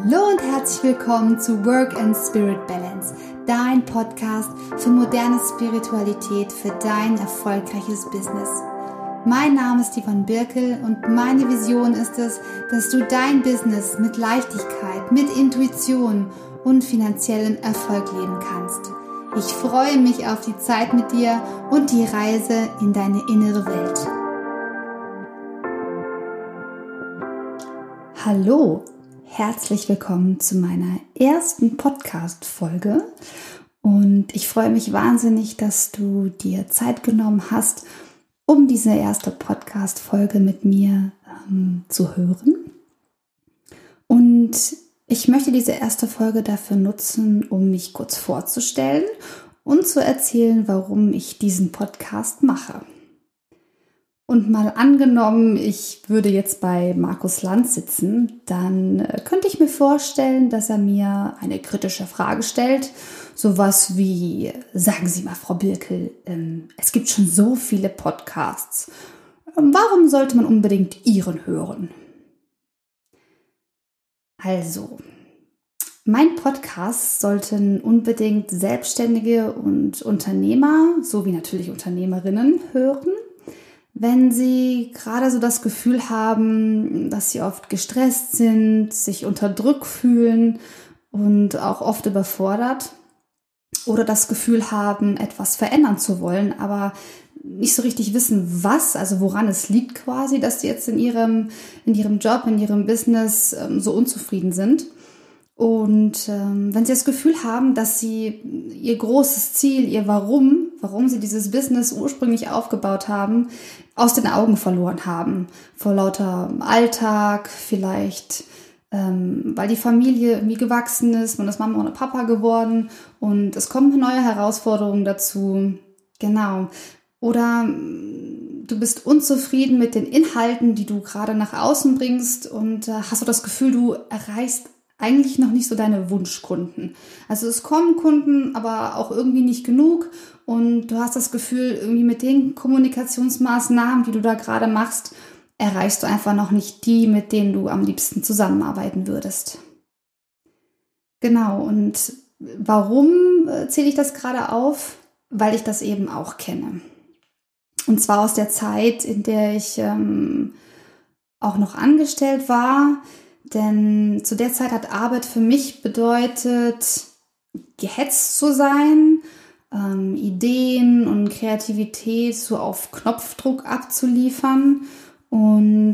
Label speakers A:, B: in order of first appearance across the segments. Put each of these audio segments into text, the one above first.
A: Hallo und herzlich willkommen zu Work and Spirit Balance, dein Podcast für moderne Spiritualität für dein erfolgreiches Business. Mein Name ist Yvonne Birkel und meine Vision ist es, dass du dein Business mit Leichtigkeit, mit Intuition und finanziellem Erfolg leben kannst. Ich freue mich auf die Zeit mit dir und die Reise in deine innere Welt. Hallo! Herzlich willkommen zu meiner ersten Podcast-Folge und ich freue mich wahnsinnig, dass du dir Zeit genommen hast, um diese erste Podcast-Folge mit mir zu hören. Und ich möchte diese erste Folge dafür nutzen, um mich kurz vorzustellen und zu erzählen, warum ich diesen Podcast mache. Und mal angenommen, ich würde jetzt bei Markus Lanz sitzen, dann könnte ich mir vorstellen, dass er mir eine kritische Frage stellt. Sowas wie, sagen Sie mal, Frau Birkel, es gibt schon so viele Podcasts. Warum sollte man unbedingt Ihren hören? Also, mein Podcast sollten unbedingt Selbstständige und Unternehmer, sowie natürlich Unternehmerinnen hören, wenn sie gerade so das Gefühl haben, dass sie oft gestresst sind, sich unter Druck fühlen und auch oft überfordert oder das Gefühl haben, etwas verändern zu wollen, aber nicht so richtig wissen, was, also woran es liegt quasi, dass sie jetzt in ihrem Job, in ihrem Business so unzufrieden sind. Und wenn sie das Gefühl haben, dass sie ihr großes Ziel, ihr warum sie dieses Business ursprünglich aufgebaut haben, aus den Augen verloren haben. Vor lauter Alltag, vielleicht weil die Familie irgendwie gewachsen ist, man ist Mama oder Papa geworden und es kommen neue Herausforderungen dazu. Genau. Oder du bist unzufrieden mit den Inhalten, die du gerade nach außen bringst und hast so das Gefühl, du erreichst eigentlich noch nicht so deine Wunschkunden. Also es kommen Kunden, aber auch irgendwie nicht genug und du hast das Gefühl, irgendwie mit den Kommunikationsmaßnahmen, die du da gerade machst, erreichst du einfach noch nicht die, mit denen du am liebsten zusammenarbeiten würdest. Genau, und warum zähle ich das gerade auf? Weil ich das eben auch kenne. Und zwar aus der Zeit, in der ich auch noch angestellt war. Denn zu der Zeit hat Arbeit für mich bedeutet, gehetzt zu sein, Ideen und Kreativität so auf Knopfdruck abzuliefern und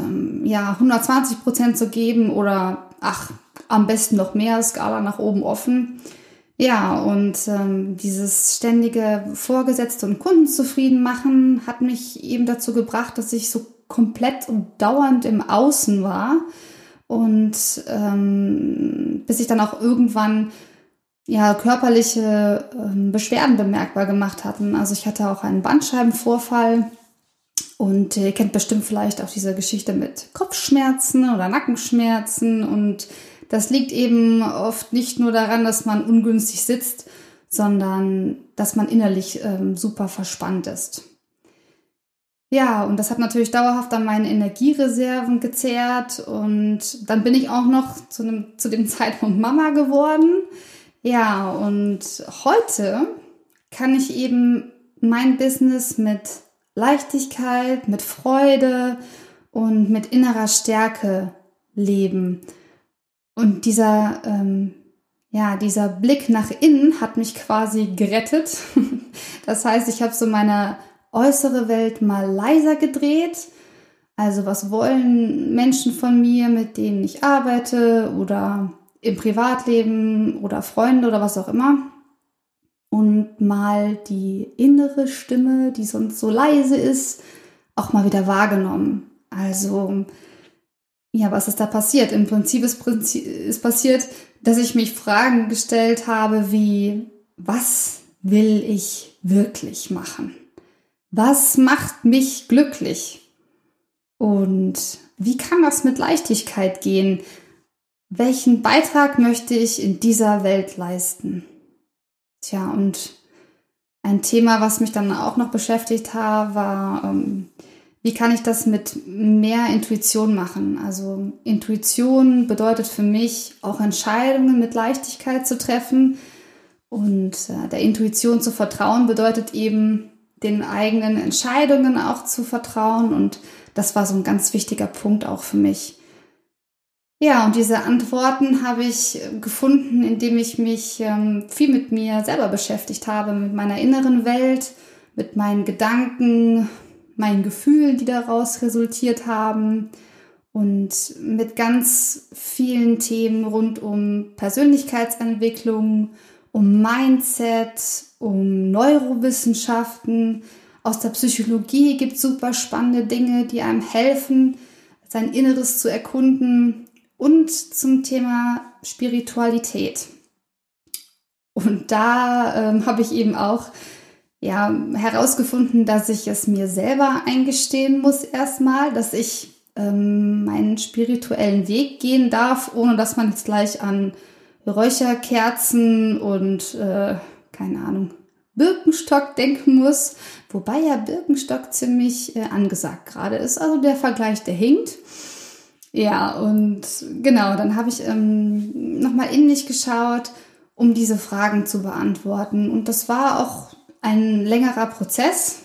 A: 120% zu geben oder am besten noch mehr, Skala nach oben offen. Ja, und dieses ständige Vorgesetzte und Kunden zufrieden machen hat mich eben dazu gebracht, dass ich so komplett und dauernd im Außen war. Und bis ich dann auch irgendwann körperliche Beschwerden bemerkbar gemacht hatten. Also ich hatte auch einen Bandscheibenvorfall und ihr kennt bestimmt vielleicht auch diese Geschichte mit Kopfschmerzen oder Nackenschmerzen und das liegt eben oft nicht nur daran, dass man ungünstig sitzt, sondern dass man innerlich super verspannt ist. Ja, und das hat natürlich dauerhaft an meine Energiereserven gezehrt und dann bin ich auch noch zu dem Zeitpunkt Mama geworden. Ja, und heute kann ich eben mein Business mit Leichtigkeit, mit Freude und mit innerer Stärke leben. Und dieser Blick nach innen hat mich quasi gerettet. Das heißt, ich habe so meine äußere Welt mal leiser gedreht. Also was wollen Menschen von mir, mit denen ich arbeite oder im Privatleben oder Freunde oder was auch immer. Und mal die innere Stimme, die sonst so leise ist, auch mal wieder wahrgenommen. Also ja, was ist da passiert? Im Prinzip ist passiert, dass ich mich Fragen gestellt habe wie, was will ich wirklich machen? Was macht mich glücklich? Und wie kann das mit Leichtigkeit gehen? Welchen Beitrag möchte ich in dieser Welt leisten? Tja, und ein Thema, was mich dann auch noch beschäftigt hat, war, wie kann ich das mit mehr Intuition machen? Also Intuition bedeutet für mich auch Entscheidungen mit Leichtigkeit zu treffen. Und der Intuition zu vertrauen bedeutet eben, den eigenen Entscheidungen auch zu vertrauen. Und das war so ein ganz wichtiger Punkt auch für mich. Ja, und diese Antworten habe ich gefunden, indem ich mich viel mit mir selber beschäftigt habe, mit meiner inneren Welt, mit meinen Gedanken, meinen Gefühlen, die daraus resultiert haben und mit ganz vielen Themen rund um Persönlichkeitsentwicklung, um Mindset, um Neurowissenschaften. Aus der Psychologie gibt es super spannende Dinge, die einem helfen, sein Inneres zu erkunden, und zum Thema Spiritualität. Und da habe ich eben auch herausgefunden, dass ich es mir selber eingestehen muss erstmal, dass ich meinen spirituellen Weg gehen darf, ohne dass man jetzt gleich an Räucherkerzen und Birkenstock denken muss, wobei ja Birkenstock ziemlich angesagt gerade ist. Also der Vergleich, der hinkt. Ja, und genau, dann habe ich nochmal in mich geschaut, um diese Fragen zu beantworten. Und das war auch ein längerer Prozess.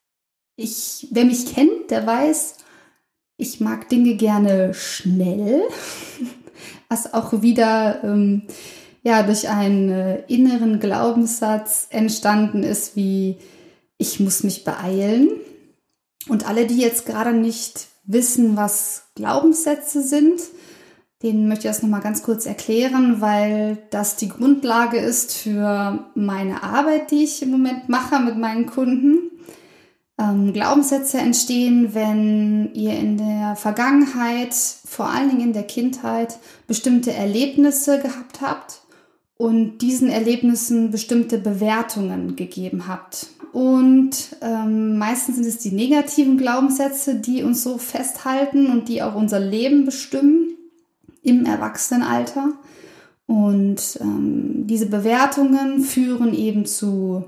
A: Wer mich kennt, der weiß, ich mag Dinge gerne schnell, was auch wieder durch einen inneren Glaubenssatz entstanden ist, wie ich muss mich beeilen. Und alle, die jetzt gerade nicht wissen, was Glaubenssätze sind, denen möchte ich das nochmal ganz kurz erklären, weil das die Grundlage ist für meine Arbeit, die ich im Moment mache mit meinen Kunden. Glaubenssätze entstehen, wenn ihr in der Vergangenheit, vor allen Dingen in der Kindheit, bestimmte Erlebnisse gehabt habt und diesen Erlebnissen bestimmte Bewertungen gegeben habt. Und meistens sind es die negativen Glaubenssätze, die uns so festhalten und die auch unser Leben bestimmen im Erwachsenenalter. Und diese Bewertungen führen eben zu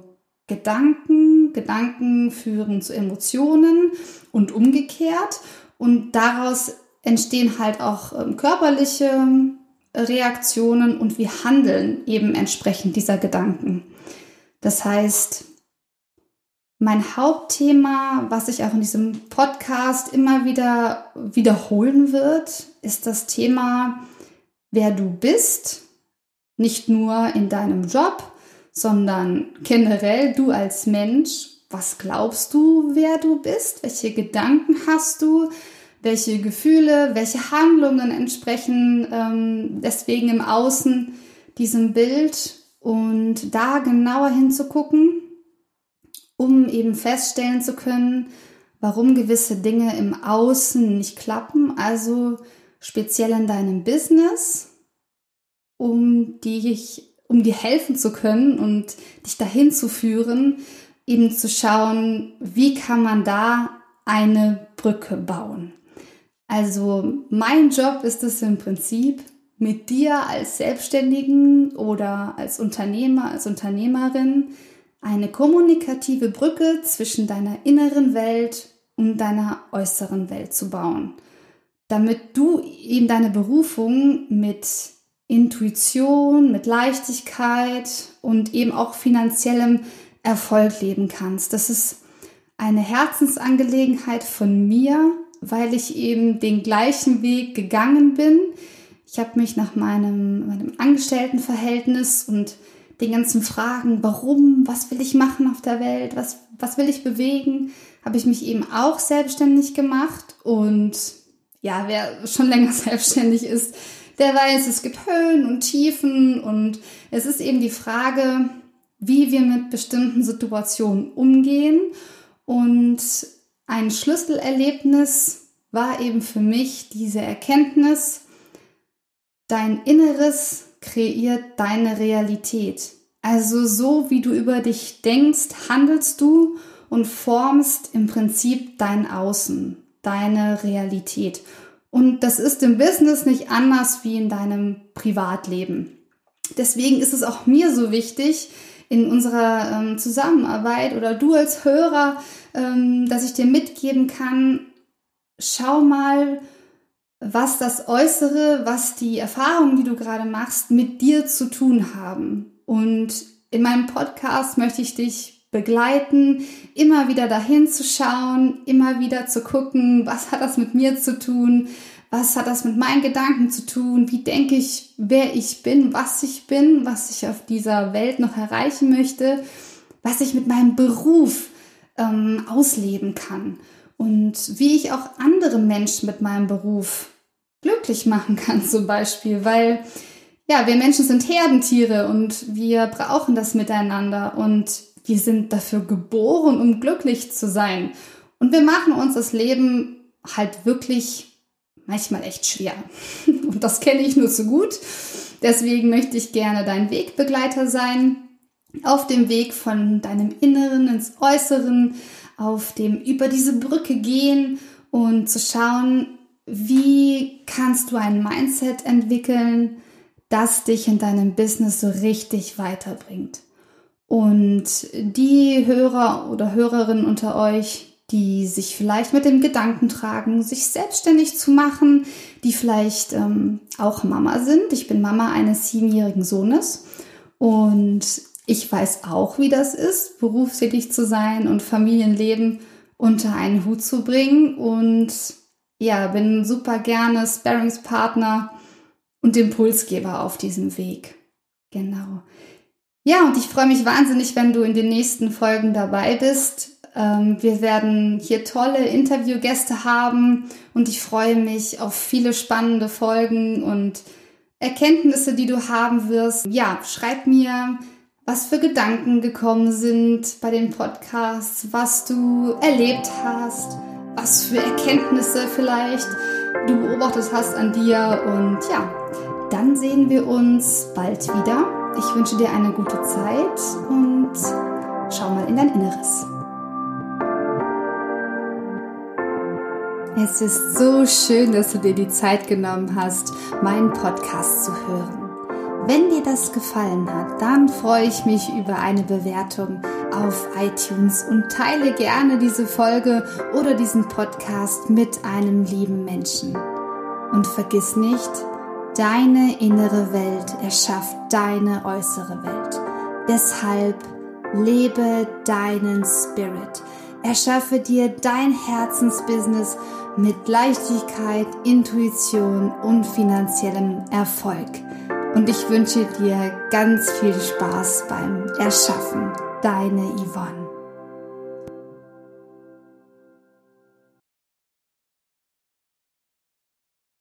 A: Gedanken führen zu Emotionen und umgekehrt. Und daraus entstehen halt auch körperliche Reaktionen und wir handeln eben entsprechend dieser Gedanken. Das heißt, mein Hauptthema, was sich auch in diesem Podcast immer wieder wiederholen wird, ist das Thema, wer du bist, nicht nur in deinem Job, sondern generell du als Mensch. Was glaubst du, wer du bist? Welche Gedanken hast du? Welche Gefühle, welche Handlungen entsprechen deswegen im Außen diesem Bild? Und da genauer hinzugucken, um eben feststellen zu können, warum gewisse Dinge im Außen nicht klappen, also speziell in deinem Business, um dir helfen zu können und dich dahin zu führen, eben zu schauen, wie kann man da eine Brücke bauen. Also mein Job ist es im Prinzip, mit dir als Selbstständigen oder als Unternehmer, als Unternehmerin eine kommunikative Brücke zwischen deiner inneren Welt und deiner äußeren Welt zu bauen, damit du eben deine Berufung mit Intuition, mit Leichtigkeit und eben auch finanziellem Erfolg leben kannst. Das ist eine Herzensangelegenheit von mir, weil ich eben den gleichen Weg gegangen bin. Ich habe mich nach meinem Angestelltenverhältnis und den ganzen Fragen, warum, was will ich machen auf der Welt, was will ich bewegen, habe ich mich eben auch selbstständig gemacht. Und ja, wer schon länger selbstständig ist, der weiß, es gibt Höhen und Tiefen und es ist eben die Frage, wie wir mit bestimmten Situationen umgehen. Und ein Schlüsselerlebnis war eben für mich diese Erkenntnis, dein Inneres kreiert deine Realität. Also so wie du über dich denkst, handelst du und formst im Prinzip dein Außen, deine Realität. Und das ist im Business nicht anders wie in deinem Privatleben. Deswegen ist es auch mir so wichtig, in unserer Zusammenarbeit oder du als Hörer, dass ich dir mitgeben kann, schau mal, was das Äußere, was die Erfahrungen, die du gerade machst, mit dir zu tun haben. Und in meinem Podcast möchte ich dich begleiten, immer wieder dahin zu schauen, immer wieder zu gucken, was hat das mit mir zu tun, was hat das mit meinen Gedanken zu tun, wie denke ich, wer ich bin, was ich auf dieser Welt noch erreichen möchte, was ich mit meinem Beruf ausleben kann und wie ich auch andere Menschen mit meinem Beruf glücklich machen kann zum Beispiel, weil ja, wir Menschen sind Herdentiere und wir brauchen das miteinander und wir sind dafür geboren, um glücklich zu sein. Und wir machen uns das Leben halt wirklich manchmal echt schwer. Und das kenne ich nur zu gut. Deswegen möchte ich gerne dein Wegbegleiter sein, auf dem Weg von deinem Inneren ins Äußeren, auf dem über diese Brücke gehen und zu schauen, wie kannst du ein Mindset entwickeln, das dich in deinem Business so richtig weiterbringt. Und die Hörer oder Hörerinnen unter euch, die sich vielleicht mit dem Gedanken tragen, sich selbstständig zu machen, die vielleicht auch Mama sind. Ich bin Mama eines 7-jährigen Sohnes und ich weiß auch, wie das ist, berufstätig zu sein und Familienleben unter einen Hut zu bringen. Und ja, bin super gerne Sparringspartner und Impulsgeber auf diesem Weg. Genau. Ja, und ich freue mich wahnsinnig, wenn du in den nächsten Folgen dabei bist. Wir werden hier tolle Interviewgäste haben und ich freue mich auf viele spannende Folgen und Erkenntnisse, die du haben wirst. Ja, schreib mir, was für Gedanken gekommen sind bei den Podcasts, was du erlebt hast, was für Erkenntnisse vielleicht du beobachtet hast an dir. Und ja, dann sehen wir uns bald wieder. Ich wünsche dir eine gute Zeit und schau mal in dein Inneres. Es ist so schön, dass du dir die Zeit genommen hast, meinen Podcast zu hören. Wenn dir das gefallen hat, dann freue ich mich über eine Bewertung auf iTunes und teile gerne diese Folge oder diesen Podcast mit einem lieben Menschen. Und vergiss nicht, deine innere Welt erschafft deine äußere Welt. Deshalb lebe deinen Spirit. Erschaffe dir dein Herzensbusiness mit Leichtigkeit, Intuition und finanziellem Erfolg. Und ich wünsche dir ganz viel Spaß beim Erschaffen. Deine Yvonne.